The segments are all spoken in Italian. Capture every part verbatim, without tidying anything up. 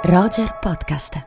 Roger Podcast.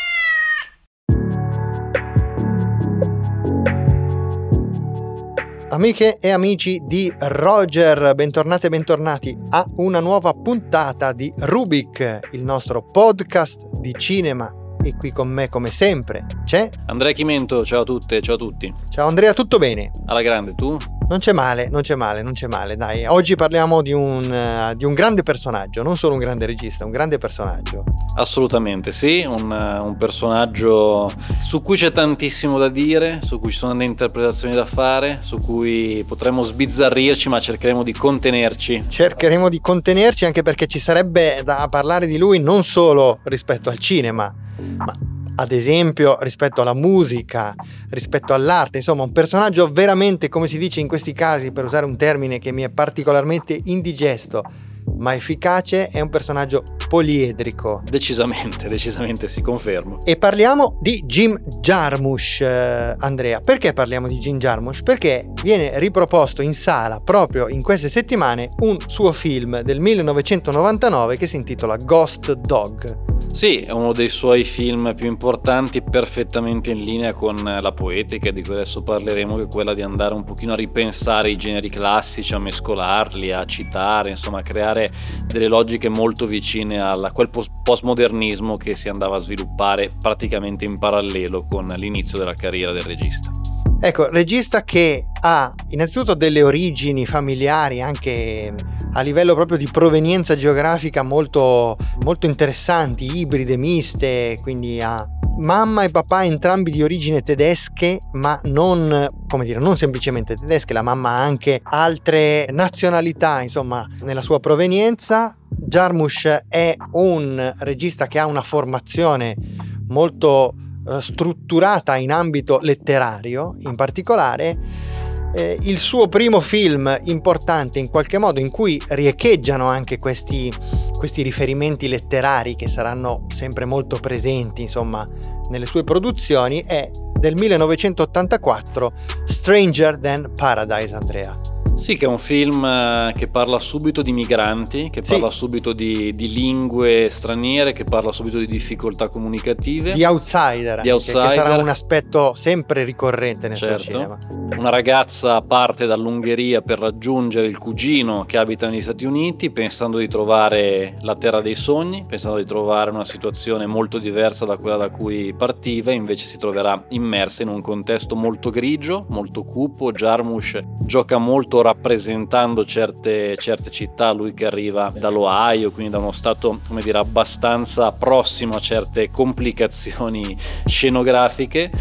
Amiche e amici di Roger, bentornate e bentornati a una nuova puntata di Rubik, il nostro podcast di cinema. E qui con me, come sempre, c'è Andrea Chimento. Ciao a tutte, ciao a tutti. Ciao Andrea, tutto bene? Alla grande, tu? Non c'è male, non c'è male, non c'è male, dai. Oggi parliamo di un, uh, di un grande personaggio, non solo un grande regista, un grande personaggio. Assolutamente sì, un, un personaggio su cui c'è tantissimo da dire, su cui ci sono delle interpretazioni da fare, su cui potremmo sbizzarrirci, ma cercheremo di contenerci. Cercheremo di contenerci, anche perché ci sarebbe da parlare di lui non solo rispetto al cinema, ma ad esempio rispetto alla musica, rispetto all'arte, insomma un personaggio veramente, come si dice in questi casi, per usare un termine che mi è particolarmente indigesto, ma efficace, è un personaggio poliedrico. Decisamente, decisamente si confermo. E parliamo di Jim Jarmusch, eh, Andrea. Perché parliamo di Jim Jarmusch? Perché viene riproposto in sala proprio in queste settimane un suo film del millenovecentonovantanove che si intitola Ghost Dog. Sì, è uno dei suoi film più importanti, perfettamente in linea con la poetica di cui adesso parleremo, che è quella di andare un pochino a ripensare i generi classici, a mescolarli, a citare, insomma a creare delle logiche molto vicine a quel postmodernismo che si andava a sviluppare praticamente in parallelo con l'inizio della carriera del regista. Ecco, regista che ha innanzitutto delle origini familiari, anche a livello proprio di provenienza geografica molto, molto interessanti, ibride, miste, quindi ha mamma e papà entrambi di origini tedesche, ma non, come dire, non semplicemente tedesche, la mamma ha anche altre nazionalità, insomma, nella sua provenienza. Jarmusch è un regista che ha una formazione molto strutturata in ambito letterario, in particolare eh, il suo primo film importante in qualche modo in cui riecheggiano anche questi, questi riferimenti letterari che saranno sempre molto presenti, insomma, nelle sue produzioni, è del millenovecentottantaquattro, Stranger Than Paradise, Andrea. Sì, che è un film che parla subito di migranti, che sì. parla subito di, di lingue straniere, che parla subito di difficoltà comunicative. Di outsider, di outsider. Che sarà un aspetto sempre ricorrente nel certo. suo cinema. Una ragazza parte dall'Ungheria per raggiungere il cugino che abita negli Stati Uniti, pensando di trovare la terra dei sogni, pensando di trovare una situazione molto diversa da quella da cui partiva, invece si troverà immersa in un contesto molto grigio, molto cupo. Jarmusch gioca molto rappresentando certe, certe città, lui che arriva dall'Ohio, quindi da uno stato, come dire, abbastanza prossimo a certe complicazioni scenografiche,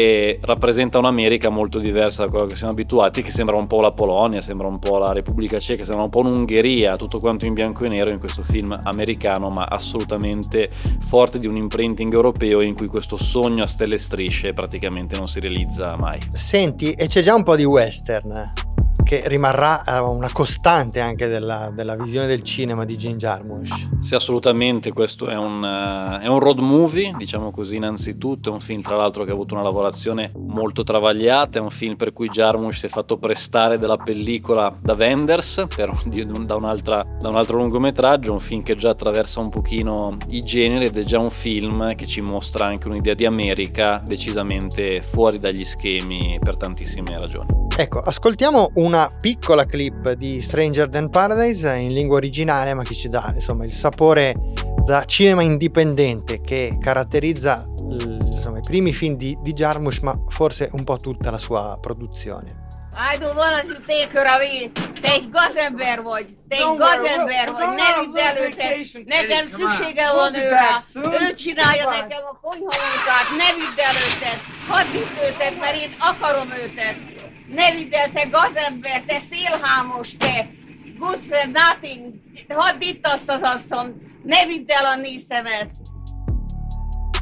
e rappresenta un'America molto diversa da quello che siamo abituati, che sembra un po' la Polonia, sembra un po' la Repubblica Ceca, sembra un po' un'Ungheria, tutto quanto in bianco e nero in questo film americano, ma assolutamente forte di un imprinting europeo, in cui questo sogno a stelle e strisce praticamente non si realizza mai. Senti, e c'è già un po' di western che rimarrà una costante anche della, della visione del cinema di Jim Jarmusch. Sì, assolutamente, questo è un, uh, è un road movie, diciamo così, innanzitutto. È un film, tra l'altro, che ha avuto una lavorazione molto travagliata, è un film per cui Jarmusch si è fatto prestare della pellicola da Wenders, per, di, da, un'altra, da un altro lungometraggio, un film che già attraversa un pochino i generi, ed è già un film che ci mostra anche un'idea di America decisamente fuori dagli schemi per tantissime ragioni. Ecco, ascoltiamo una piccola clip di Stranger Than Paradise in lingua originale, ma che ci dà, insomma, il sapore da cinema indipendente che caratterizza insomma, i primi film di, di Jarmusch, ma forse un po' tutta la sua produzione. Áldó valaki téköravé, te egy gazember vagy, te egy gazember vagy, ne vidd el őket, nekem szüksége van őre, ő csinálja nekem a konyhamunkát, ne vidd el őket, hadd vidd őket, mert én akarom őket, ne vidd el, te gazember, te szélhámos, te, good for nothing, hadd itt azt az asszont, ne vidd el a níszemet.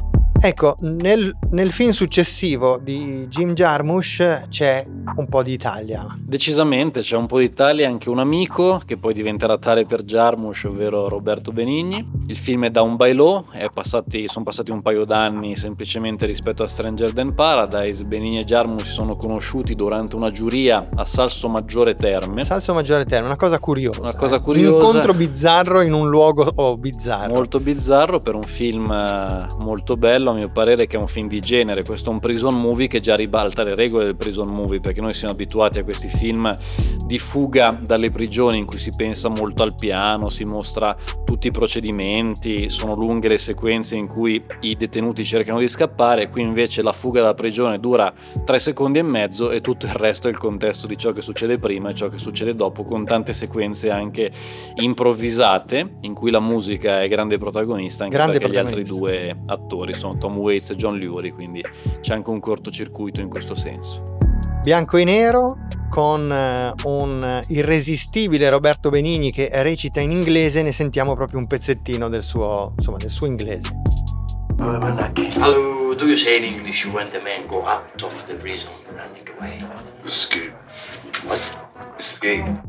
Ecco, nel, nel film successivo di Jim Jarmusch c'è un po' di Italia. Decisamente c'è un po' di Italia, anche un amico che poi diventerà tale per Jarmusch, ovvero Roberto Benigni. Il film è Down by Law, è passati, sono passati un paio d'anni semplicemente rispetto a Stranger Than Paradise. Benigni e Jarmusch si sono conosciuti durante una giuria a Salso Maggiore Terme. Salso Maggiore Terme, una cosa curiosa. Una cosa eh? curiosa. Un incontro bizzarro in un luogo oh, bizzarro. Molto bizzarro per un film molto bello, a mio parere, che è un film di genere. Questo è un prison movie che già ribalta le regole del prison movie, perché noi siamo abituati a questi film di fuga dalle prigioni in cui si pensa molto al piano, si mostra tutti i procedimenti, sono lunghe le sequenze in cui i detenuti cercano di scappare. Qui invece la fuga dalla prigione dura tre secondi e mezzo e tutto il resto è il contesto di ciò che succede prima e ciò che succede dopo, con tante sequenze anche improvvisate in cui la musica è grande protagonista, anche grande perché protagonista. Gli altri due attori sono Tom Waits e John Lurie, quindi c'è anche un cortocircuito in questo senso. Bianco e nero, con un irresistibile Roberto Benigni che recita in inglese. Ne sentiamo proprio un pezzettino del suo, insomma, del suo inglese. Hello, do you say in English when the men go out of the prison running away? Escape. What? Escape.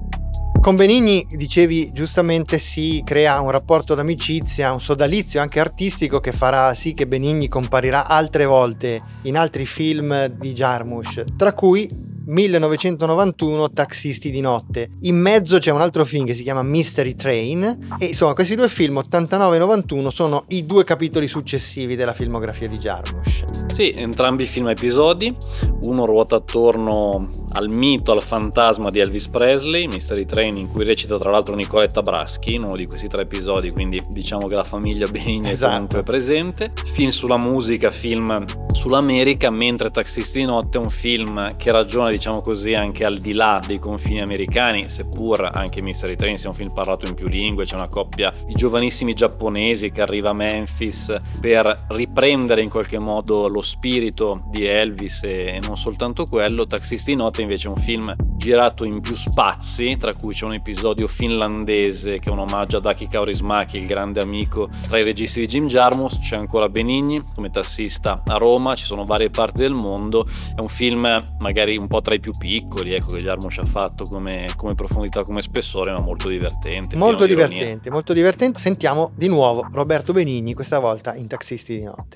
Con Benigni, dicevi giustamente, si crea un rapporto d'amicizia, un sodalizio anche artistico che farà sì che Benigni comparirà altre volte in altri film di Jarmusch, tra cui millenovecentonovantuno Taxisti di notte. In mezzo c'è un altro film che si chiama Mystery Train e insomma questi due film ottantanove e novantuno sono i due capitoli successivi della filmografia di Jarmusch. Sì, entrambi film a episodi, uno ruota attorno al mito, al fantasma di Elvis Presley, Mystery Train, in cui recita tra l'altro Nicoletta Braschi in uno di questi tre episodi, quindi diciamo che la famiglia Benigni esatto. è comunque presente. Film sulla musica, film sull'America, mentre Taxisti di notte è un film che ragiona, diciamo così, anche al di là dei confini americani, seppur anche Mystery Train sia un film parlato in più lingue. C'è una coppia di giovanissimi giapponesi che arriva a Memphis per riprendere in qualche modo lo spirito di Elvis e non soltanto quello. Taxisti di notte invece è un film girato in più spazi, tra cui c'è un episodio finlandese che è un omaggio ad Aki Kaurismäki, il grande amico tra i registi di Jim Jarmusch. C'è ancora Benigni come tassista a Roma, ci sono varie parti del mondo. È un film magari un po' tra i più piccoli, ecco, che Jarmusch ha fatto come, come profondità, come spessore, ma molto divertente. Molto divertente, molto divertente. Sentiamo di nuovo Roberto Benigni, questa volta in Taxisti di notte.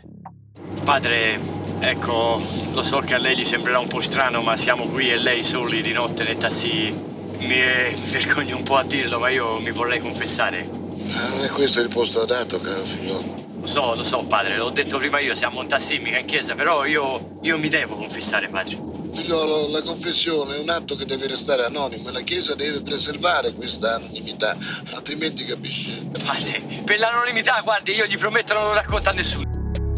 Padre, ecco, lo so che a lei gli sembrerà un po' strano, ma siamo qui e lei soli di notte nel tassi. Mi vergogno un po' a dirlo, ma io mi vorrei confessare. Non è questo il posto adatto, caro figlio. Lo so, lo so, padre, l'ho detto prima io, siamo un tassi, mica in chiesa, però io, io mi devo confessare, padre. Figliolo, la confessione è un atto che deve restare anonimo e la Chiesa deve preservare questa anonimità, altrimenti capisci? Padre, per l'anonimità, guardi, io gli prometto non lo racconto a nessuno.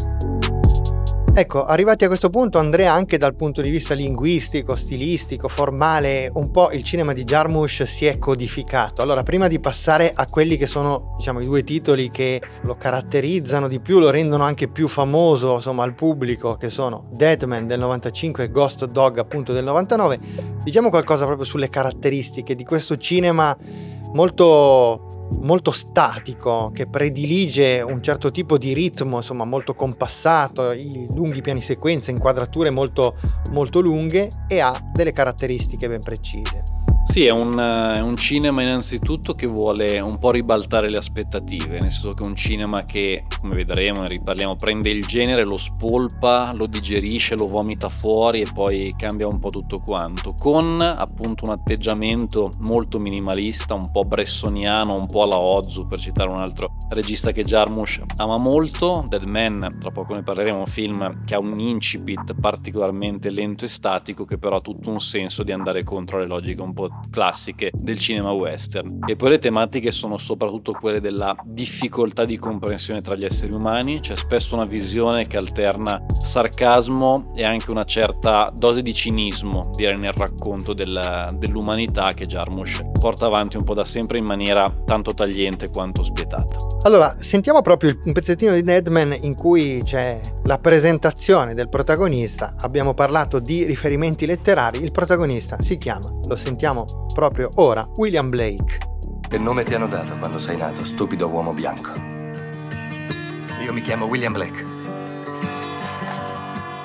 Ecco, arrivati a questo punto, Andrea, anche dal punto di vista linguistico, stilistico, formale, un po' il cinema di Jarmusch si è codificato. Allora, prima di passare a quelli che sono, diciamo, i due titoli che lo caratterizzano di più, lo rendono anche più famoso, insomma, al pubblico, che sono Dead Man del novantacinque e Ghost Dog appunto del novantanove, diciamo qualcosa proprio sulle caratteristiche di questo cinema molto molto statico, che predilige un certo tipo di ritmo, insomma molto compassato, i lunghi piani sequenza, inquadrature molto molto lunghe, e ha delle caratteristiche ben precise. Sì, è un, è un cinema innanzitutto che vuole un po' ribaltare le aspettative, nel senso che è un cinema che, come vedremo e riparliamo, prende il genere, lo spolpa, lo digerisce, lo vomita fuori e poi cambia un po' tutto quanto, con appunto un atteggiamento molto minimalista, un po' bressoniano, un po' alla Ozu, per citare un altro regista che Jarmusch ama molto. Dead Man, tra poco ne parleremo, un film che ha un incipit particolarmente lento e statico, che però ha tutto un senso di andare contro le logiche un po' classiche del cinema western. E poi le tematiche sono soprattutto quelle della difficoltà di comprensione tra gli esseri umani. C'è spesso una visione che alterna sarcasmo e anche una certa dose di cinismo, direi, nel racconto del, dell'umanità, che Jarmusch porta avanti un po' da sempre in maniera tanto tagliente quanto spietata. Allora, sentiamo proprio un pezzettino di Dead Man in cui c'è la presentazione del protagonista. Abbiamo parlato di riferimenti letterari, il protagonista si chiama, lo sentiamo proprio ora, William Blake. Che nome ti hanno dato quando sei nato, stupido uomo bianco? Io mi chiamo William Blake.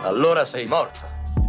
allora sei morto.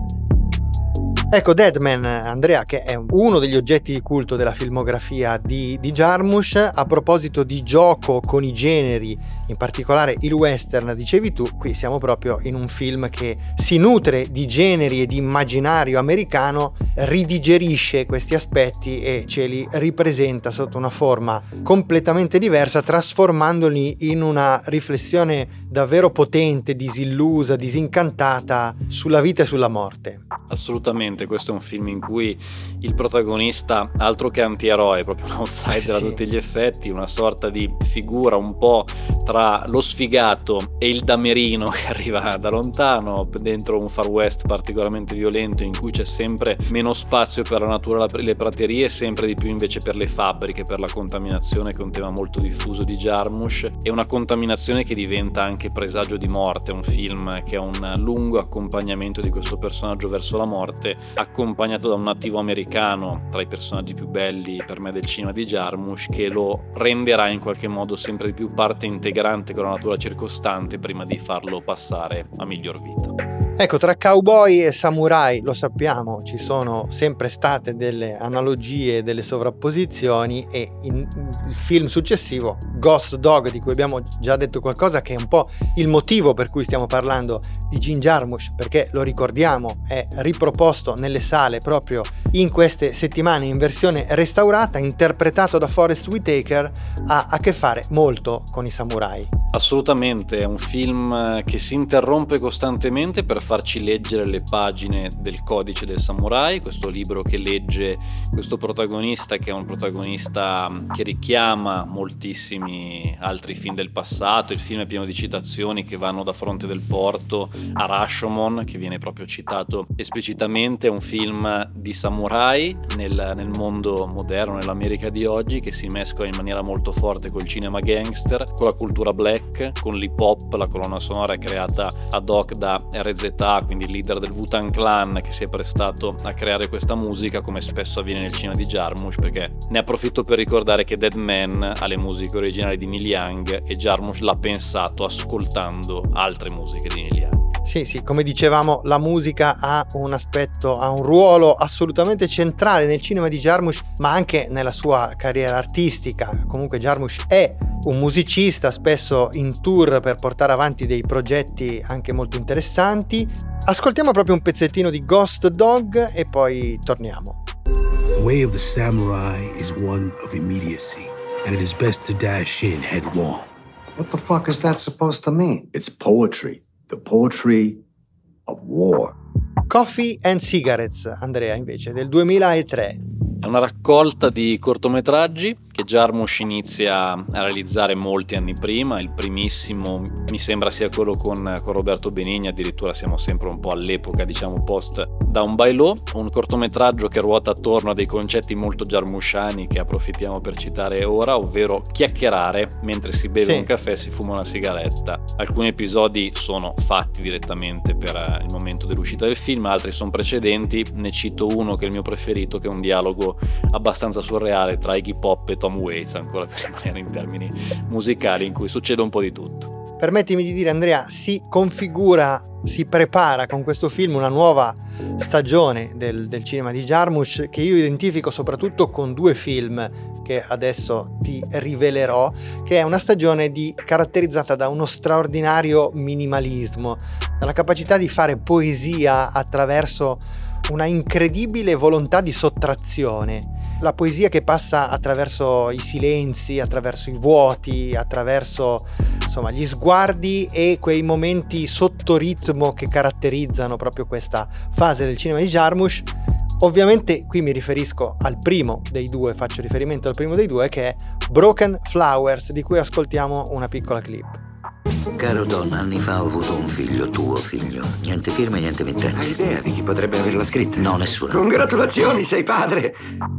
Ecco, Dead Man, Andrea, che è uno degli oggetti di culto della filmografia di, di Jarmusch. A proposito di gioco con i generi, in particolare il western, dicevi tu, qui siamo proprio in un film che si nutre di generi e di immaginario americano, ridigerisce questi aspetti e ce li ripresenta sotto una forma completamente diversa, trasformandoli in una riflessione davvero potente, disillusa, disincantata sulla vita e sulla morte. Assolutamente, questo è un film in cui il protagonista, altro che antieroe, proprio un outsider sì. a tutti gli effetti, una sorta di figura un po' tra lo sfigato e il damerino che arriva da lontano, dentro un far west particolarmente violento in cui c'è sempre meno spazio per la natura e le praterie, sempre di più invece per le fabbriche, per la contaminazione, che è un tema molto diffuso di Jarmusch, e una contaminazione che diventa anche presagio di morte. Un film che ha un lungo accompagnamento di questo personaggio verso la morte, accompagnato da un nativo americano, tra i personaggi più belli per me del cinema di Jarmusch, che lo renderà in qualche modo sempre di più parte integrante con la natura circostante prima di farlo passare a miglior vita. Ecco, tra cowboy e samurai, lo sappiamo, ci sono sempre state delle analogie, delle sovrapposizioni, e in il film successivo, Ghost Dog, di cui abbiamo già detto qualcosa, che è un po' il motivo per cui stiamo parlando di Jim Jarmusch, perché lo ricordiamo, è riproposto nelle sale proprio in queste settimane in versione restaurata, interpretato da Forest Whitaker, ha a che fare molto con i samurai. Assolutamente, è un film che si interrompe costantemente per farci leggere le pagine del Codice del Samurai, questo libro che legge questo protagonista, che è un protagonista che richiama moltissimi altri film del passato. Il film è pieno di citazioni che vanno da Fronte del Porto a Rashomon, che viene proprio citato esplicitamente. È un film di samurai nel, nel mondo moderno, nell'America di oggi, che si mescola in maniera molto forte col cinema gangster, con la cultura black, con l'hip hop. La colonna sonora è creata ad hoc da R Z A, quindi il leader del Wu-Tang Clan, che si è prestato a creare questa musica, come spesso avviene nel cinema di Jarmusch, perché ne approfitto per ricordare che Dead Man ha le musiche originali di Neil Young e Jarmusch l'ha pensato ascoltando altre musiche di Neil Young. Sì, sì, come dicevamo, la musica ha un aspetto, ha un ruolo assolutamente centrale nel cinema di Jarmusch, ma anche nella sua carriera artistica. Comunque Jarmusch è un musicista, spesso in tour per portare avanti dei progetti anche molto interessanti. Ascoltiamo proprio un pezzettino di Ghost Dog e poi torniamo. The way of the samurai is one of immediacy, and it is best to dash in headlong. What the fuck is that supposed to mean? It's poetry. The poetry of war. Coffee and Cigarettes, Andrea, invece, del duemilatré. È una raccolta di cortometraggi che Jarmusch inizia a realizzare molti anni prima. Il primissimo mi sembra sia quello con, con Roberto Benigni, addirittura siamo sempre un po' all'epoca, diciamo, post Down by Law, un cortometraggio che ruota attorno a dei concetti molto jarmusciani che approfittiamo per citare ora, ovvero chiacchierare mentre si beve sì. un caffè e si fuma una sigaretta. Alcuni episodi sono fatti direttamente per il momento dell'uscita del film, altri sono precedenti. Ne cito uno che è il mio preferito, che è un dialogo abbastanza surreale tra Iggy Pop e Tom Waits, ancora per rimanere in termini musicali, in cui succede un po' di tutto. Permettimi di dire, Andrea, si configura, si prepara con questo film una nuova stagione del, del cinema di Jarmusch, che io identifico soprattutto con due film che adesso ti rivelerò, che è una stagione di, caratterizzata da uno straordinario minimalismo, dalla capacità di fare poesia attraverso una incredibile volontà di sottrazione, la poesia che passa attraverso i silenzi, attraverso i vuoti, attraverso insomma gli sguardi e quei momenti sotto ritmo che caratterizzano proprio questa fase del cinema di Jarmusch. Ovviamente qui mi riferisco al primo dei due, faccio riferimento al primo dei due, che è Broken Flowers, di cui ascoltiamo una piccola clip. Caro Don, anni fa ho avuto un figlio, tuo figlio. Niente firme, niente mittenti. Hai idea di chi potrebbe averla scritta? No, nessuno. Congratulazioni, sei padre!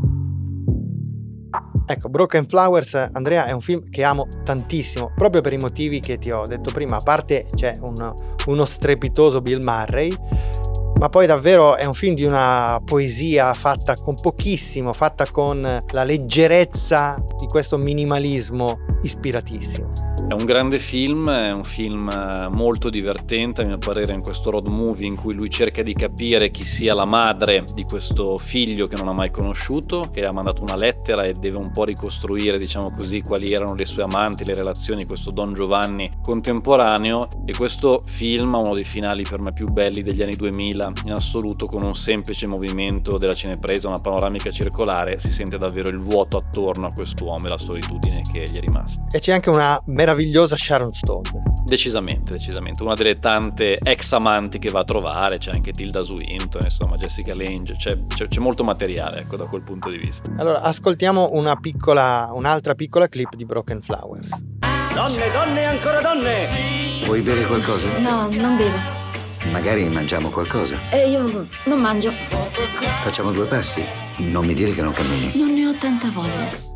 Ecco, Broken Flowers, Andrea, è un film che amo tantissimo, proprio per i motivi che ti ho detto prima. A parte c'è un, uno strepitoso Bill Murray, ma poi davvero è un film di una poesia fatta con pochissimo, fatta con la leggerezza di questo minimalismo ispiratissimo. È un grande film, è un film molto divertente a mio parere, in questo road movie in cui lui cerca di capire chi sia la madre di questo figlio che non ha mai conosciuto, che ha mandato una lettera e deve un po' ricostruire, diciamo così, quali erano le sue amanti, le relazioni, questo Don Giovanni contemporaneo. E questo film ha uno dei finali per me più belli degli anni duemila in assoluto, con un semplice movimento della cinepresa, una panoramica circolare, si sente davvero il vuoto attorno a quest'uomo e la solitudine che gli è rimasta. E c'è anche una meravigliosa Sharon Stone. Decisamente, decisamente, una delle tante ex amanti che va a trovare, c'è anche Tilda Swinton, insomma Jessica Lange, c'è, c'è, c'è molto materiale, ecco, da quel punto di vista. Allora ascoltiamo una piccola, un'altra piccola clip di Broken Flowers. Donne, donne, ancora donne! Vuoi bere qualcosa? No, non bevo. Magari mangiamo qualcosa. E io non mangio. Facciamo due passi. Non mi dire che non cammini. Non ne ho tanta voglia.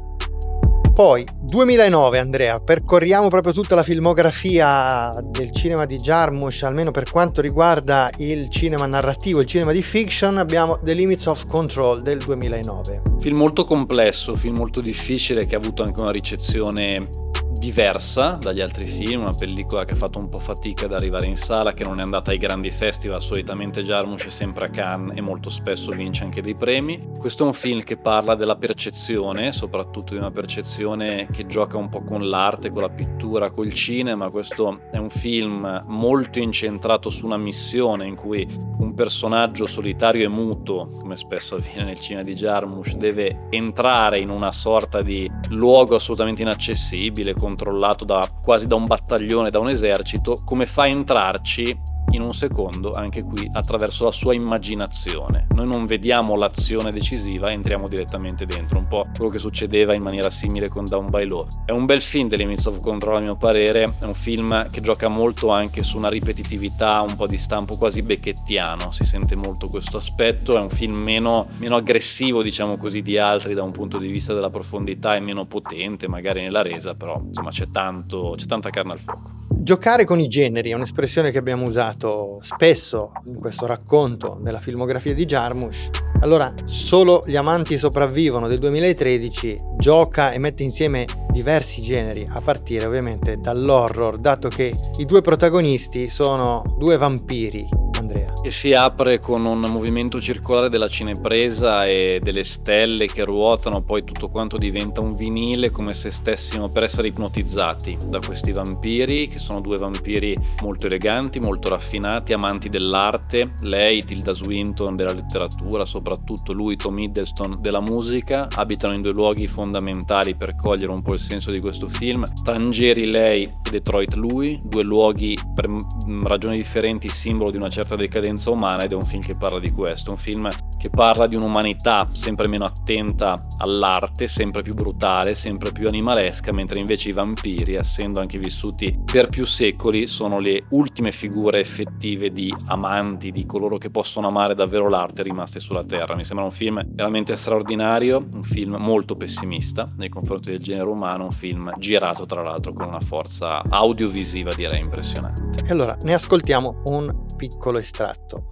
Poi, duemilanove, Andrea, percorriamo proprio tutta la filmografia del cinema di Jarmusch, almeno per quanto riguarda il cinema narrativo, il cinema di fiction. Abbiamo The Limits of Control del duemilanove. Film molto complesso, film molto difficile, che ha avuto anche una ricezione diversa dagli altri film, una pellicola che ha fatto un po' fatica ad arrivare in sala, che non è andata ai grandi festival. Solitamente Jarmusch è sempre a Cannes e molto spesso vince anche dei premi. Questo è un film che parla della percezione, soprattutto di una percezione che gioca un po' con l'arte, con la pittura, col cinema. Questo è un film molto incentrato su una missione in cui un personaggio solitario e muto, come spesso avviene nel cinema di Jarmusch, deve entrare in una sorta di luogo assolutamente inaccessibile, controllato da quasi da un battaglione, da un esercito. Come fa a entrarci? In un secondo, anche qui attraverso la sua immaginazione. Noi non vediamo l'azione decisiva, entriamo direttamente dentro, un po' quello che succedeva in maniera simile con Down by Law. È un bel film, The Limits of Control, a mio parere. È un film che gioca molto anche su una ripetitività, un po' di stampo quasi becchettiano, si sente molto questo aspetto. È un film meno, meno aggressivo, diciamo così, di altri da un punto di vista della profondità, è meno potente magari nella resa, però insomma c'è tanto, c'è tanta carne al fuoco. Giocare con i generi è un'espressione che abbiamo usato spesso in questo racconto della filmografia di Jarmusch. Allora, Solo gli amanti sopravvivono del duemilatredici gioca e mette insieme diversi generi, a partire ovviamente dall'horror, dato che i due protagonisti sono due vampiri. Andrea. E si apre con un movimento circolare della cinepresa e delle stelle che ruotano, poi tutto quanto diventa un vinile, come se stessimo per essere ipnotizzati da questi vampiri, che sono due vampiri molto eleganti, molto raffinati, amanti dell'arte. Lei, Tilda Swinton, della letteratura, soprattutto lui, Tom Hiddleston, della musica. Abitano in due luoghi fondamentali per cogliere un po' il senso di questo film: Tangeri lei e Detroit lui, due luoghi per ragioni differenti simbolo di una certa decadenza umana, ed è un film che parla di questo, un film che parla di un'umanità sempre meno attenta all'arte, sempre più brutale, sempre più animalesca, mentre invece i vampiri, essendo anche vissuti per più secoli, sono le ultime figure effettive di amanti, di coloro che possono amare davvero l'arte rimaste sulla terra. Mi sembra un film veramente straordinario, un film molto pessimista nei confronti del genere umano, un film girato tra l'altro con una forza audiovisiva direi impressionante. E allora ne ascoltiamo un piccolo estratto.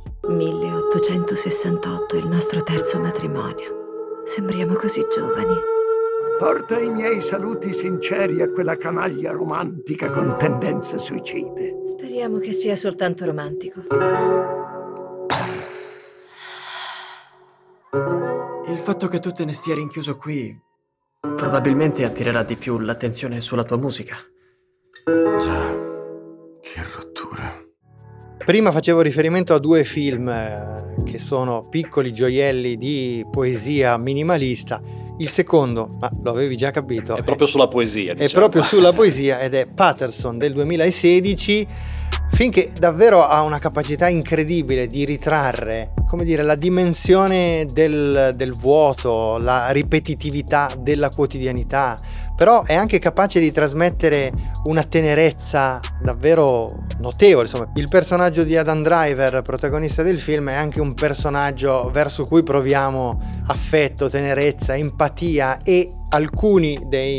milleottocentosessantotto, il nostro terzo matrimonio. Sembriamo così giovani. Porta i miei saluti sinceri a quella canaglia romantica con tendenze suicide. Speriamo che sia soltanto romantico. Il fatto che tu te ne stia rinchiuso qui probabilmente attirerà di più l'attenzione sulla tua musica. Già, che rottura. Prima facevo riferimento a due film eh, che sono piccoli gioielli di poesia minimalista. Il secondo, ma lo avevi già capito, è proprio sulla poesia, diciamo. È proprio sulla poesia ed è Patterson del duemilasedici, film che davvero ha una capacità incredibile di ritrarre, come dire, la dimensione del, del vuoto, la ripetitività della quotidianità, però è anche capace di trasmettere una tenerezza davvero notevole. Insomma, il personaggio di Adam Driver, protagonista del film, è anche un personaggio verso cui proviamo affetto, tenerezza, empatia, e alcuni dei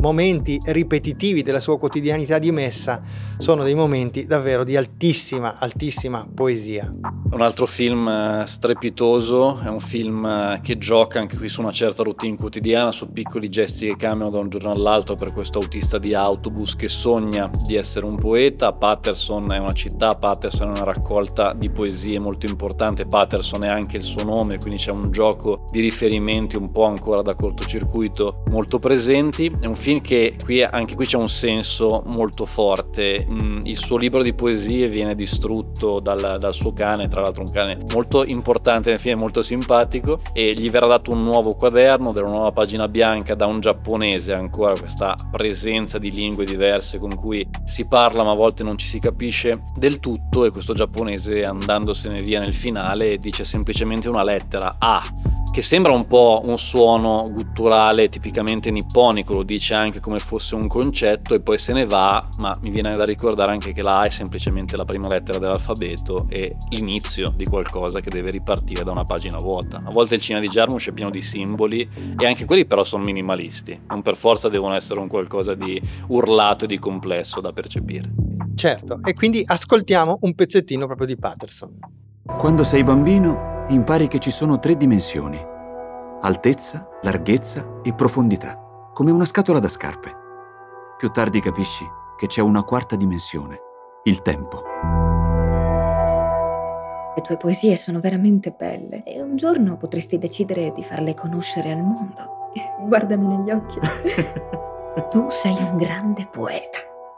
momenti ripetitivi della sua quotidianità dimessa sono dei momenti davvero di altissima, altissima poesia. Un altro film strepitoso, è un film che gioca anche qui su una certa routine quotidiana, su piccoli gesti che cambiano da un giorno all'altro per questo autista di autobus che sogna di essere un poeta. Paterson è una città, Paterson è una raccolta di poesie molto importante, Paterson è anche il suo nome, quindi c'è un gioco di riferimenti un po' ancora da cortocircuito molto presenti. È un film che qui, anche qui c'è un senso molto forte. Il suo libro di poesie viene distrutto dal, dal suo cane, tra l'altro un cane molto importante nel film, molto simpatico, e gli verrà dato un nuovo quaderno della nuova pagina bianca da un giapponese, ancora questa presenza di lingue diverse con cui si parla ma a volte non ci si capisce del tutto, e questo giapponese, andandosene via nel finale, dice semplicemente una lettera A, che sembra un po' un suono gutturale tipicamente nipponico, lo dice anche come fosse un concetto, e poi se ne va, ma mi viene da ricordare anche che la A è semplicemente la prima lettera dell'alfabeto e l'inizio di qualcosa che deve ripartire da una pagina vuota. A volte il cinema di Jarmusch è pieno di simboli, e anche quelli però sono minimalisti, non per forza devono essere un qualcosa di urlato e di complesso da percepire. Certo, e quindi ascoltiamo un pezzettino proprio di Paterson. Quando sei bambino impari che ci sono tre dimensioni: altezza, larghezza e profondità, come una scatola da scarpe. Più tardi capisci che c'è una quarta dimensione, il tempo. Le tue poesie sono veramente belle e un giorno potresti decidere di farle conoscere al mondo. Guardami negli occhi. Tu sei un grande poeta.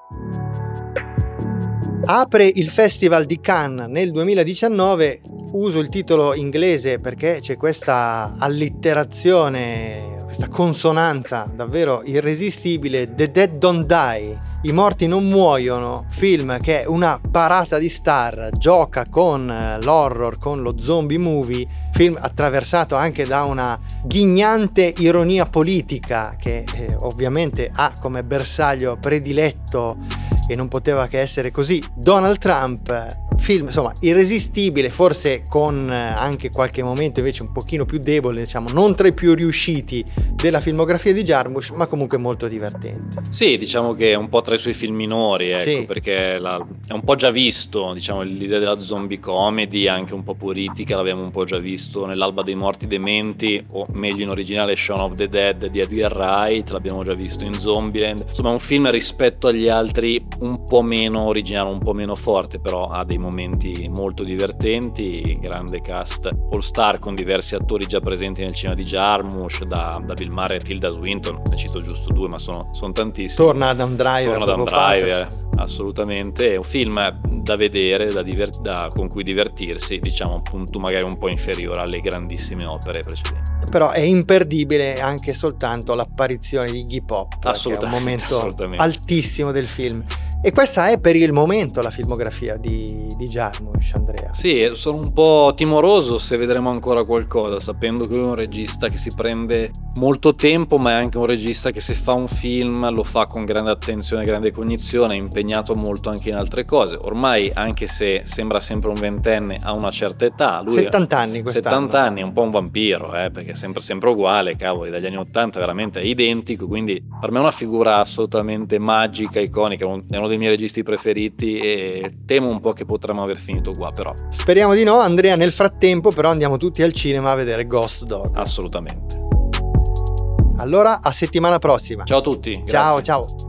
Apre il Festival di Cannes nel duemiladiciannove, uso il titolo inglese perché c'è questa allitterazione, questa consonanza davvero irresistibile. The Dead Don't Die, I morti non muoiono, film che è una parata di star, gioca con l'horror, con lo zombie movie, film attraversato anche da una ghignante ironia politica che eh, ovviamente ha come bersaglio prediletto, e non poteva che essere così, Donald Trump. Film insomma irresistibile, forse con anche qualche momento invece un pochino più debole, diciamo non tra i più riusciti della filmografia di Jarmusch, ma comunque molto divertente. Sì, diciamo che è un po' tra i suoi film minori, ecco, sì. Perché la, è un po' già visto, diciamo, l'idea della zombie comedy, anche un po' politica, l'abbiamo un po' già visto nell'Alba dei morti dementi, o meglio in originale Shaun of the Dead di Edgar Wright, l'abbiamo già visto in Zombieland. Insomma, è un film rispetto agli altri un po' meno originale, un po' meno forte, però ha dei momenti molto divertenti, grande cast all star con diversi attori già presenti nel cinema di Jarmusch, da, da Bill Murray a Tilda Swinton, ne cito giusto due ma sono, sono tantissimi. Torna Adam Driver, Torna Adam Driver, assolutamente. È un film da vedere, da diver- da, con cui divertirsi, diciamo appunto magari un po' inferiore alle grandissime opere precedenti. Però è imperdibile anche soltanto l'apparizione di Iggy Pop, che è un momento altissimo del film. E questa è per il momento la filmografia di, di Jarmusch, Andrea. Sì, sono un po' timoroso se vedremo ancora qualcosa, sapendo che lui è un regista che si prende molto tempo, ma è anche un regista che se fa un film lo fa con grande attenzione, grande cognizione, è impegnato molto anche in altre cose. Ormai, anche se sembra sempre un ventenne, ha una certa età. Lui settanta anni quest'anno. settanta anni, è un po' un vampiro, eh, perché è sempre, sempre uguale, cavoli, dagli anni ottanta veramente è identico, quindi per me è una figura assolutamente magica, iconica, è uno dei miei registi preferiti, e temo un po' che potremmo aver finito qua, però speriamo di no. Andrea, nel frattempo però andiamo tutti al cinema a vedere Ghost Dog. Assolutamente. Allora, a settimana prossima. Ciao a tutti. Ciao, grazie. ciao.